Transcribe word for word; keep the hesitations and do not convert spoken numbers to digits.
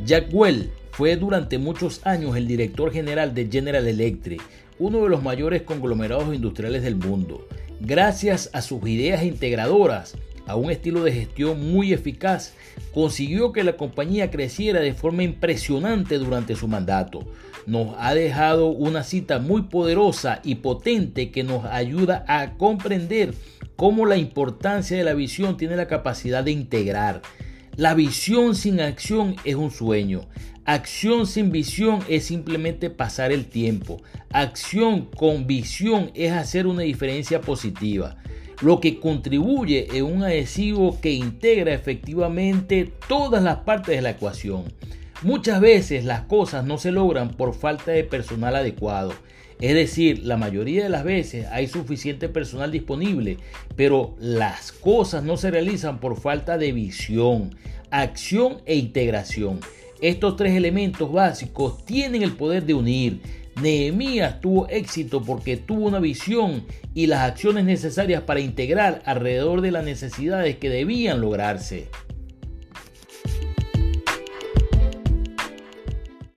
Jack Welch fue durante muchos años el director general de General Electric, uno de los mayores conglomerados industriales del mundo. Gracias a sus ideas integradoras, a un estilo de gestión muy eficaz, consiguió que la compañía creciera de forma impresionante durante su mandato. Nos ha dejado una cita muy poderosa y potente que nos ayuda a comprender cómo la importancia de la visión tiene la capacidad de integrar. La visión sin acción es un sueño. Acción sin visión es simplemente pasar el tiempo. Acción con visión es hacer una diferencia positiva, lo que contribuye en un adhesivo que integra efectivamente todas las partes de la ecuación. Muchas veces las cosas no se logran por falta de personal adecuado. Es decir, la mayoría de las veces hay suficiente personal disponible, pero las cosas no se realizan por falta de visión, acción e integración. Estos tres elementos básicos tienen el poder de unir. Nehemías tuvo éxito porque tuvo una visión y las acciones necesarias para integrar alrededor de las necesidades que debían lograrse.